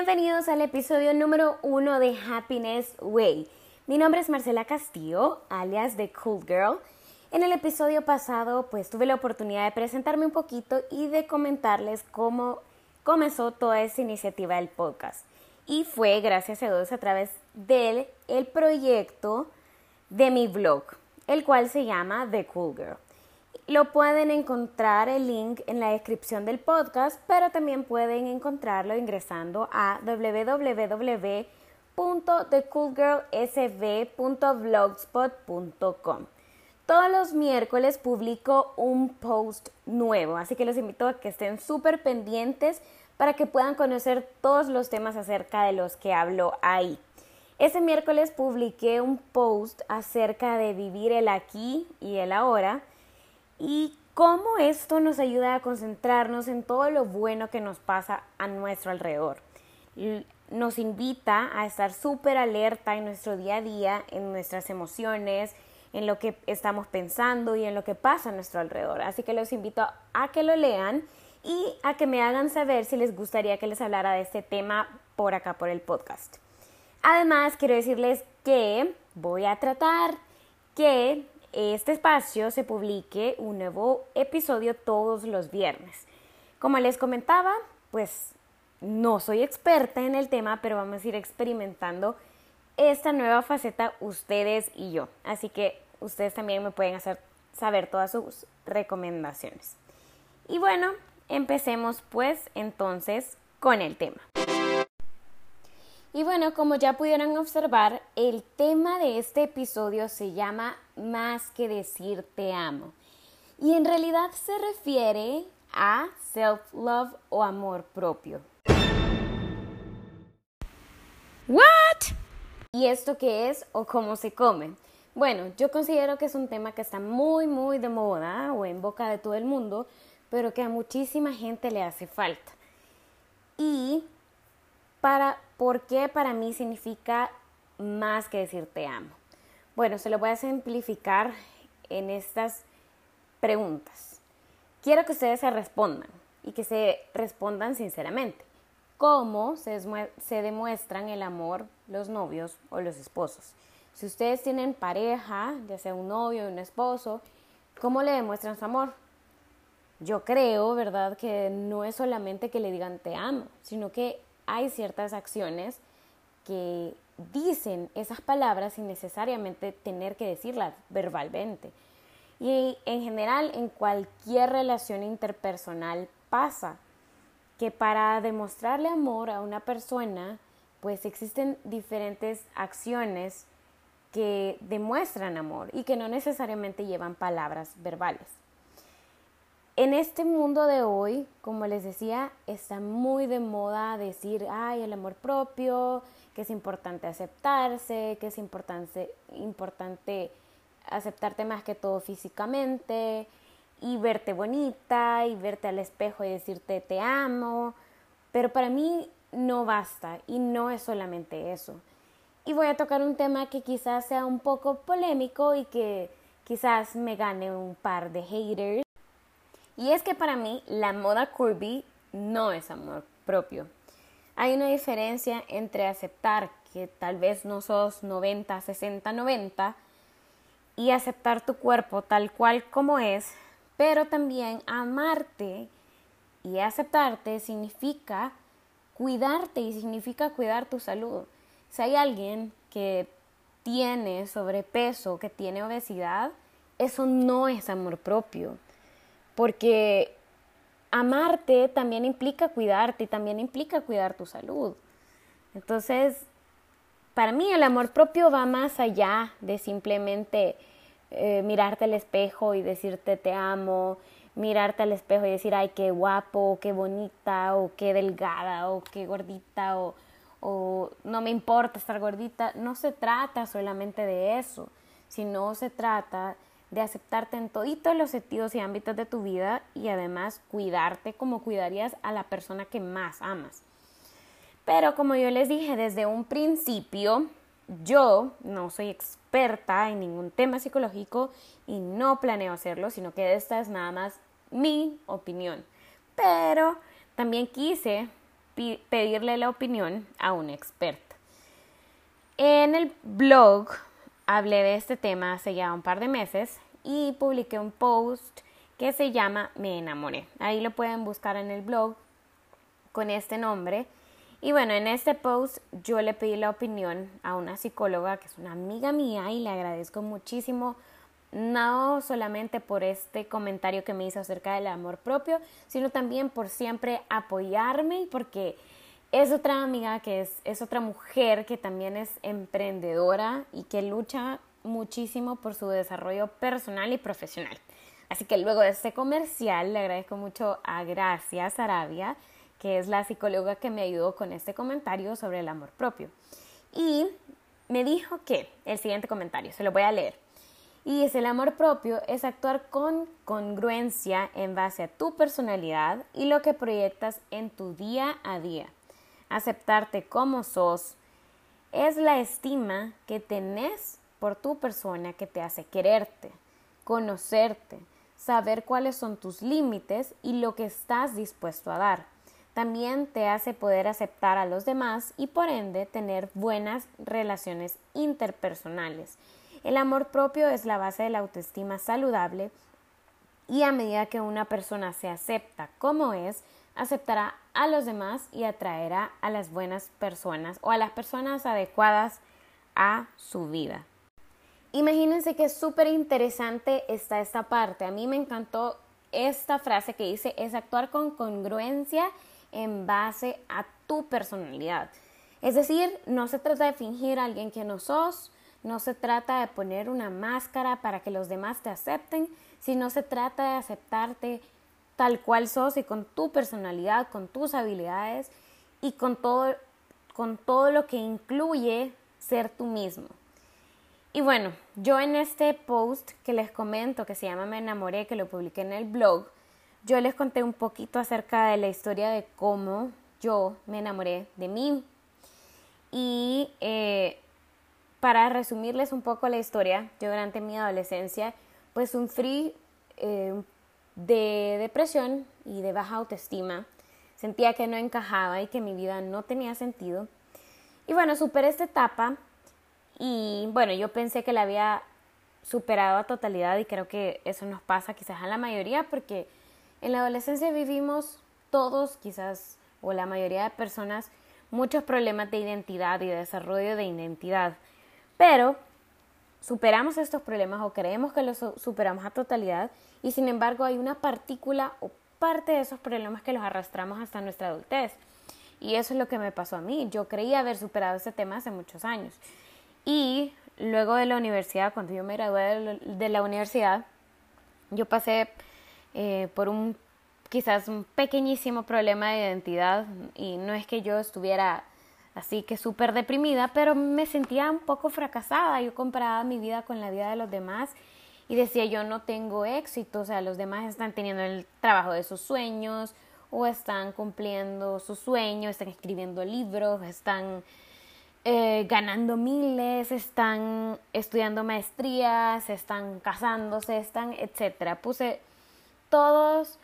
Bienvenidos al episodio número 1 de Happiness Way. Mi nombre es Marcela Castillo, alias The Cool Girl. En el episodio pasado, tuve la oportunidad de presentarme un poquito y de comentarles cómo comenzó toda esa iniciativa del podcast. Y fue, gracias a Dios, a través del proyecto de mi blog, el cual se llama The Cool Girl. Lo pueden encontrar el link en la descripción del podcast, pero también pueden encontrarlo ingresando a www.thecoolgirlsv.blogspot.com. Todos los miércoles publico un post nuevo, así que los invito a que estén súper pendientes para que puedan conocer todos los temas acerca de los que hablo ahí. Ese miércoles publiqué un post acerca de vivir el aquí y el ahora, y cómo esto nos ayuda a concentrarnos en todo lo bueno que nos pasa a nuestro alrededor. Nos invita a estar súper alerta en nuestro día a día, en nuestras emociones, en lo que estamos pensando y en lo que pasa a nuestro alrededor. Así que los invito a que lo lean y a que me hagan saber si les gustaría que les hablara de este tema por acá, por el podcast. Además, quiero decirles que voy a tratar que este espacio se publique un nuevo episodio todos los viernes. Como les comentaba, no soy experta en el tema, pero vamos a ir experimentando esta nueva faceta ustedes y yo. Así que ustedes también me pueden hacer saber todas sus recomendaciones. Y bueno, empecemos entonces con el tema. Y bueno, como ya pudieron observar, el tema de este episodio se llama Más que decir te amo. Y en realidad se refiere a self-love o amor propio. ¿What? ¿Y esto qué es o cómo se come? Bueno, yo considero que es un tema que está muy, muy de moda o en boca de todo el mundo, pero que a muchísima gente le hace falta. Y ¿por qué para mí significa más que decir te amo? Bueno, se lo voy a simplificar en estas preguntas. Quiero que ustedes se respondan y que se respondan sinceramente. ¿Cómo se demuestran el amor los novios o los esposos? Si ustedes tienen pareja, ya sea un novio o un esposo, ¿cómo le demuestran su amor? Yo creo, ¿verdad?, que no es solamente que le digan te amo, sino que hay ciertas acciones que dicen esas palabras sin necesariamente tener que decirlas verbalmente. Y en general, en cualquier relación interpersonal pasa que para demostrarle amor a una persona, existen diferentes acciones que demuestran amor y que no necesariamente llevan palabras verbales. En este mundo de hoy, como les decía, está muy de moda decir, el amor propio, que es importante aceptarse, que es importante aceptarte más que todo físicamente y verte bonita y verte al espejo y decirte te amo. Pero para mí no basta y no es solamente eso. Y voy a tocar un tema que quizás sea un poco polémico y que quizás me gane un par de haters. Y es que para mí la moda curvy no es amor propio. Hay una diferencia entre aceptar que tal vez no sos 90, 60, 90 y aceptar tu cuerpo tal cual como es, pero también amarte y aceptarte significa cuidarte y significa cuidar tu salud. Si hay alguien que tiene sobrepeso, que tiene obesidad, eso no es amor propio. Porque amarte también implica cuidarte y también implica cuidar tu salud. Entonces, para mí el amor propio va más allá de simplemente mirarte al espejo y decirte te amo, mirarte al espejo y decir ay, qué guapo, o qué bonita, o qué delgada, o qué gordita, o no me importa estar gordita. No se trata solamente de eso, sino se trata de aceptarte en toditos los sentidos y ámbitos de tu vida y además cuidarte como cuidarías a la persona que más amas. Pero como yo les dije desde un principio, yo no soy experta en ningún tema psicológico y no planeo hacerlo, sino que esta es nada más mi opinión. Pero también quise pedirle la opinión a un experto. En el blog hablé de este tema hace ya un par de meses y publiqué un post que se llama Me enamoré. Ahí lo pueden buscar en el blog con este nombre. Y bueno, en este post yo le pedí la opinión a una psicóloga que es una amiga mía y le agradezco muchísimo, no solamente por este comentario que me hizo acerca del amor propio, sino también por siempre apoyarme, porque es otra amiga que es otra mujer que también es emprendedora y que lucha muchísimo por su desarrollo personal y profesional. Así que luego de este comercial le agradezco mucho a Gracia Sarabia, que es la psicóloga que me ayudó con este comentario sobre el amor propio. Y me dijo que, el siguiente comentario, se lo voy a leer. Y dice, el amor propio es actuar con congruencia en base a tu personalidad y lo que proyectas en tu día a día. Aceptarte como sos es la estima que tenés por tu persona que te hace quererte, conocerte, saber cuáles son tus límites y lo que estás dispuesto a dar. También te hace poder aceptar a los demás y por ende tener buenas relaciones interpersonales. El amor propio es la base de la autoestima saludable y a medida que una persona se acepta como es, aceptará a los demás y atraerá a las buenas personas o a las personas adecuadas a su vida. Imagínense que es súper interesante está esta parte. A mí me encantó esta frase que dice, es actuar con congruencia en base a tu personalidad. Es decir, no se trata de fingir a alguien que no sos, no se trata de poner una máscara para que los demás te acepten, sino se trata de aceptarte tal cual sos y con tu personalidad, con tus habilidades y con todo lo que incluye ser tú mismo. Y bueno, yo en este post que les comento, que se llama Me enamoré, que lo publiqué en el blog, yo les conté un poquito acerca de la historia de cómo yo me enamoré de mí. Y para resumirles un poco la historia, yo durante mi adolescencia pues sufrí de depresión y de baja autoestima. Sentía que no encajaba y que mi vida no tenía sentido. Y bueno, superé esta etapa y bueno, yo pensé que la había superado a totalidad y creo que eso nos pasa quizás a la mayoría porque en la adolescencia vivimos todos quizás o la mayoría de personas muchos problemas de identidad y de desarrollo de identidad. Pero superamos estos problemas o creemos que los superamos a totalidad y sin embargo hay una partícula o parte de esos problemas que los arrastramos hasta nuestra adultez. Y eso es lo que me pasó a mí. Yo creía haber superado ese tema hace muchos años. Y luego de la universidad, cuando yo me gradué de la universidad, yo pasé por quizás un pequeñísimo problema de identidad y no es que yo estuviera así que súper deprimida, pero me sentía un poco fracasada. Yo comparaba mi vida con la vida de los demás y decía yo no tengo éxito, o sea, los demás están teniendo el trabajo de sus sueños o están cumpliendo sus sueños, están escribiendo libros, están ganando miles, están estudiando maestrías, están casándose, están etcétera. Puse todos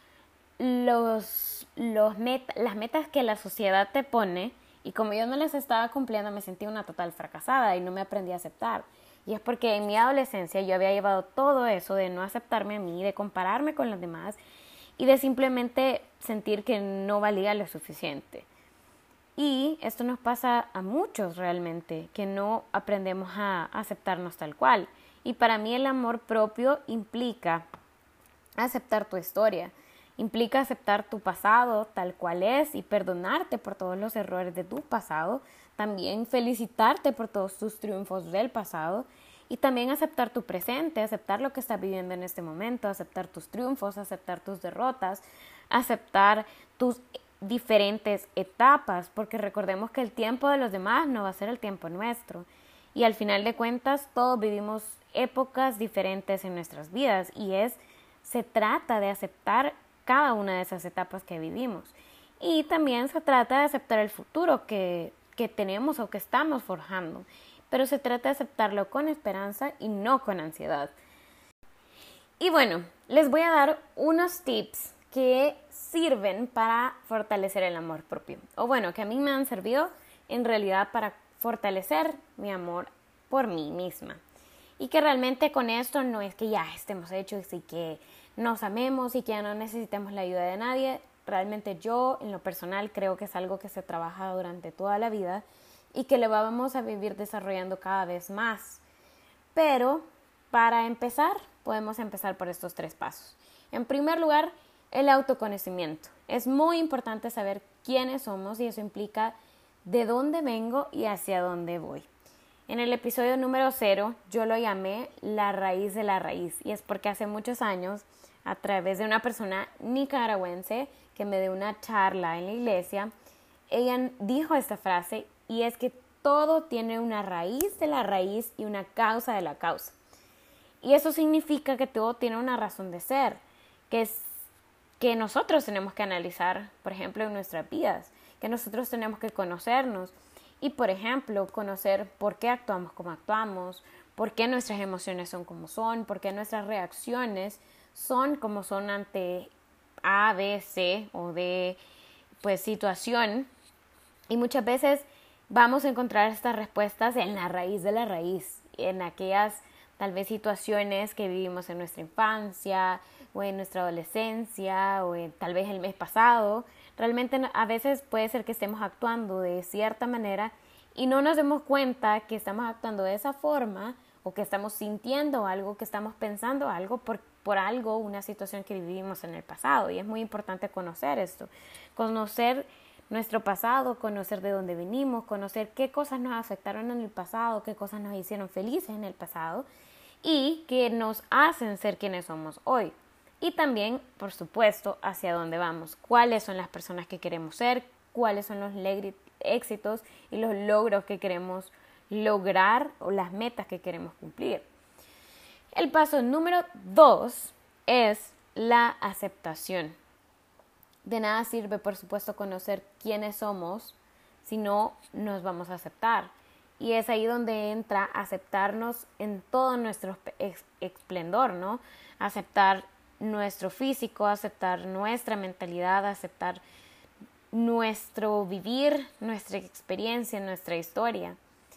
las metas que la sociedad te pone y como yo no las estaba cumpliendo me sentí una total fracasada y no me aprendí a aceptar. Y es porque en mi adolescencia yo había llevado todo eso de no aceptarme a mí, de compararme con los demás y de simplemente sentir que no valía lo suficiente. Y esto nos pasa a muchos realmente, que no aprendemos a aceptarnos tal cual. Y para mí el amor propio implica aceptar tu historia, implica aceptar tu pasado tal cual es y perdonarte por todos los errores de tu pasado, también felicitarte por todos tus triunfos del pasado y también aceptar tu presente, aceptar lo que estás viviendo en este momento, aceptar tus triunfos, aceptar tus derrotas, aceptar tus diferentes etapas, porque recordemos que el tiempo de los demás no va a ser el tiempo nuestro y al final de cuentas todos vivimos épocas diferentes en nuestras vidas y se trata de aceptar cada una de esas etapas que vivimos y también se trata de aceptar el futuro que tenemos o que estamos forjando, pero se trata de aceptarlo con esperanza y no con ansiedad. Y bueno, les voy a dar unos tips que sirven para fortalecer el amor propio. O bueno, que a mí me han servido en realidad para fortalecer mi amor por mí misma. Y que realmente con esto no es que ya estemos hechos y que nos amemos y que ya no necesitemos la ayuda de nadie. Realmente yo, en lo personal, creo que es algo que se trabaja durante toda la vida y que lo vamos a vivir desarrollando cada vez más. Pero para empezar, podemos empezar por estos 3 pasos. En primer lugar, el autoconocimiento. Es muy importante saber quiénes somos y eso implica de dónde vengo y hacia dónde voy. En el episodio número 0 yo lo llamé la raíz de la raíz y es porque hace muchos años, a través de una persona nicaragüense que me dio una charla en la iglesia, ella dijo esta frase y es que todo tiene una raíz de la raíz y una causa de la causa. Y eso significa que todo tiene una razón de ser, que nosotros tenemos que analizar, por ejemplo, en nuestras vidas, que nosotros tenemos que conocernos y, por ejemplo, conocer por qué actuamos como actuamos, por qué nuestras emociones son como son, por qué nuestras reacciones son como son ante A, B, C o D, pues, situación. Y muchas veces vamos a encontrar estas respuestas en la raíz de la raíz, en aquellas tal vez situaciones que vivimos en nuestra infancia o en nuestra adolescencia o tal vez el mes pasado. Realmente a veces puede ser que estemos actuando de cierta manera y no nos demos cuenta que estamos actuando de esa forma o que estamos sintiendo algo, que estamos pensando algo por algo, una situación que vivimos en el pasado. Y es muy importante conocer esto, conocer nuestro pasado, conocer de dónde venimos, conocer qué cosas nos afectaron en el pasado, qué cosas nos hicieron felices en el pasado y que nos hacen ser quienes somos hoy. Y también, por supuesto, hacia dónde vamos, cuáles son las personas que queremos ser, cuáles son los éxitos y los logros que queremos lograr o las metas que queremos cumplir. El paso número 2 es la aceptación. De nada sirve, por supuesto, conocer quiénes somos si no nos vamos a aceptar. Y es ahí donde entra aceptarnos en todo nuestro esplendor, ¿no? Aceptar nuestro físico, aceptar nuestra mentalidad, aceptar nuestro vivir, nuestra experiencia, nuestra historia.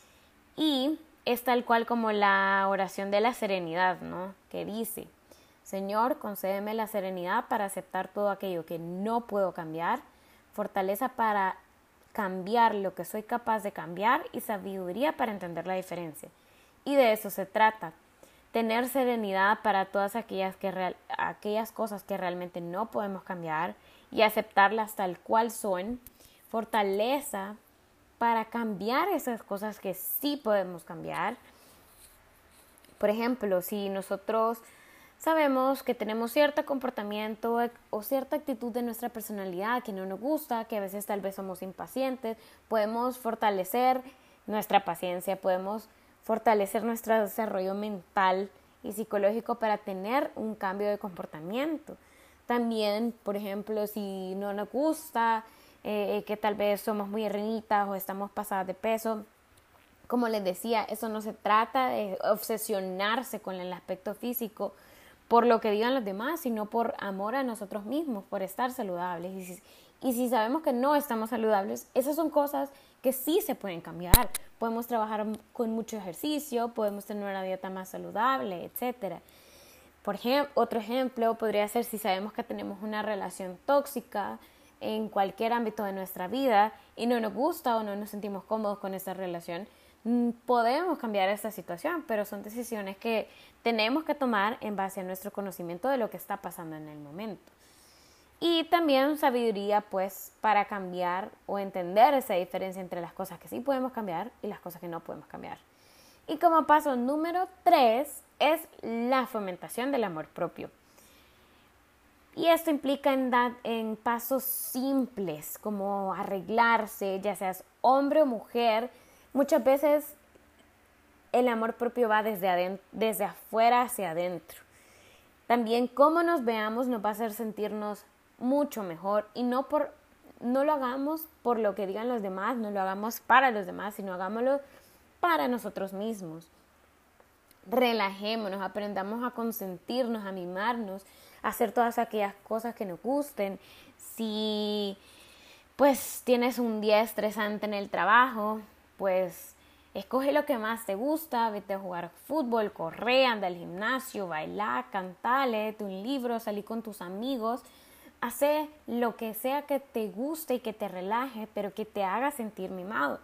Y es tal cual como la oración de la serenidad, ¿no? Que dice: Señor, concédeme la serenidad para aceptar todo aquello que no puedo cambiar, fortaleza para cambiar lo que soy capaz de cambiar y sabiduría para entender la diferencia. Y de eso se trata, tener serenidad para todas aquellas cosas que realmente no podemos cambiar y aceptarlas tal cual son, fortaleza para cambiar esas cosas que sí podemos cambiar. Por ejemplo, si nosotros sabemos que tenemos cierto comportamiento o cierta actitud de nuestra personalidad que no nos gusta, que a veces tal vez somos impacientes, podemos fortalecer nuestra paciencia, podemos fortalecer nuestro desarrollo mental y psicológico para tener un cambio de comportamiento. También, por ejemplo, si no nos gusta, que tal vez somos muy errinitas o estamos pasadas de peso, como les decía, eso no se trata de obsesionarse con el aspecto físico por lo que digan los demás, sino por amor a nosotros mismos, por estar saludables. Y si sabemos que no estamos saludables, esas son cosas que sí se pueden cambiar. Podemos trabajar con mucho ejercicio, podemos tener una dieta más saludable, etc. Por ejemplo, otro ejemplo podría ser si sabemos que tenemos una relación tóxica en cualquier ámbito de nuestra vida y no nos gusta o no nos sentimos cómodos con esa relación, podemos cambiar esta situación, pero son decisiones que tenemos que tomar en base a nuestro conocimiento de lo que está pasando en el momento. Y también sabiduría, pues, para cambiar o entender esa diferencia entre las cosas que sí podemos cambiar y las cosas que no podemos cambiar. Y como paso número 3 es la fomentación del amor propio. Y esto implica en pasos simples, como arreglarse, ya seas hombre o mujer. Muchas veces el amor propio va desde afuera hacia adentro. También cómo nos veamos nos va a hacer sentirnos mucho mejor y no lo hagamos por lo que digan los demás, no lo hagamos para los demás, sino hagámoslo para nosotros mismos. Relajémonos, aprendamos a consentirnos, a mimarnos, hacer todas aquellas cosas que nos gusten. Si pues tienes un día estresante en el trabajo, pues escoge lo que más te gusta, vete a jugar fútbol, corre, anda al gimnasio, baila, canta, léete un libro, salí con tus amigos, hace lo que sea que te guste y que te relaje, pero que te haga sentir mimado.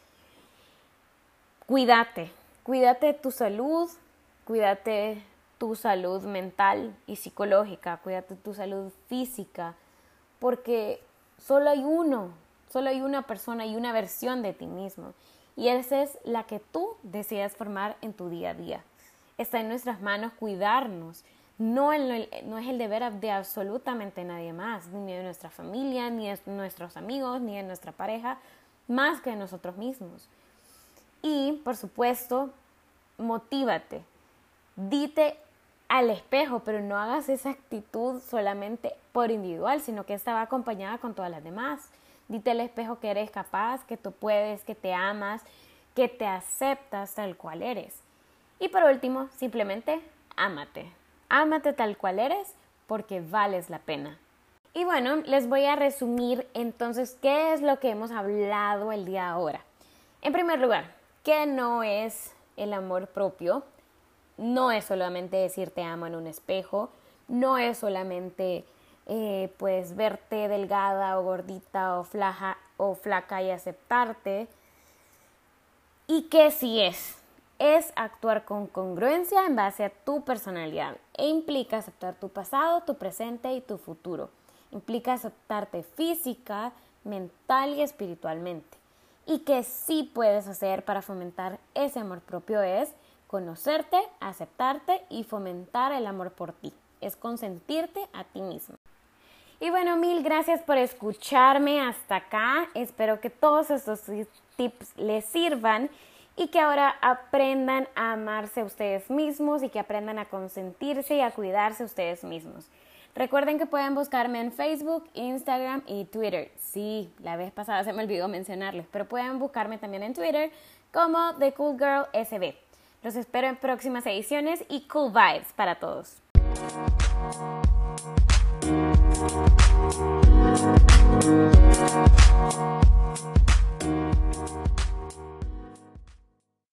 Cuídate de tu salud, cuídate tu salud mental y psicológica, cuídate tu salud física, porque solo hay una persona y una versión de ti mismo. Y esa es la que tú decides formar en tu día a día. Está en nuestras manos cuidarnos. No es el deber de absolutamente nadie más, ni de nuestra familia, ni de nuestros amigos, ni de nuestra pareja, más que de nosotros mismos. Y, por supuesto, motívate. Dite al espejo, pero no hagas esa actitud solamente por individual, sino que esta va acompañada con todas las demás. Dite al espejo que eres capaz, que tú puedes, que te amas, que te aceptas tal cual eres. Y por último, simplemente ámate. Ámate tal cual eres porque vales la pena. Y bueno, les voy a resumir entonces qué es lo que hemos hablado el día de ahora. En primer lugar, ¿qué no es el amor propio? No es solamente decir te amo en un espejo, no es solamente pues verte delgada o gordita o flaca y aceptarte. ¿Y qué sí es? Es actuar con congruencia en base a tu personalidad e implica aceptar tu pasado, tu presente y tu futuro. Implica aceptarte física, mental y espiritualmente. Y que sí puedes hacer para fomentar ese amor propio es conocerte, aceptarte y fomentar el amor por ti. Es consentirte a ti mismo. Y bueno, mil gracias por escucharme hasta acá. Espero que todos estos tips les sirvan y que ahora aprendan a amarse a ustedes mismos y que aprendan a consentirse y a cuidarse a ustedes mismos. Recuerden que pueden buscarme en Facebook, Instagram y Twitter. Sí, la vez pasada se me olvidó mencionarles, pero pueden buscarme también en Twitter como The Cool Girl SB. Los espero en próximas ediciones y cool vibes para todos.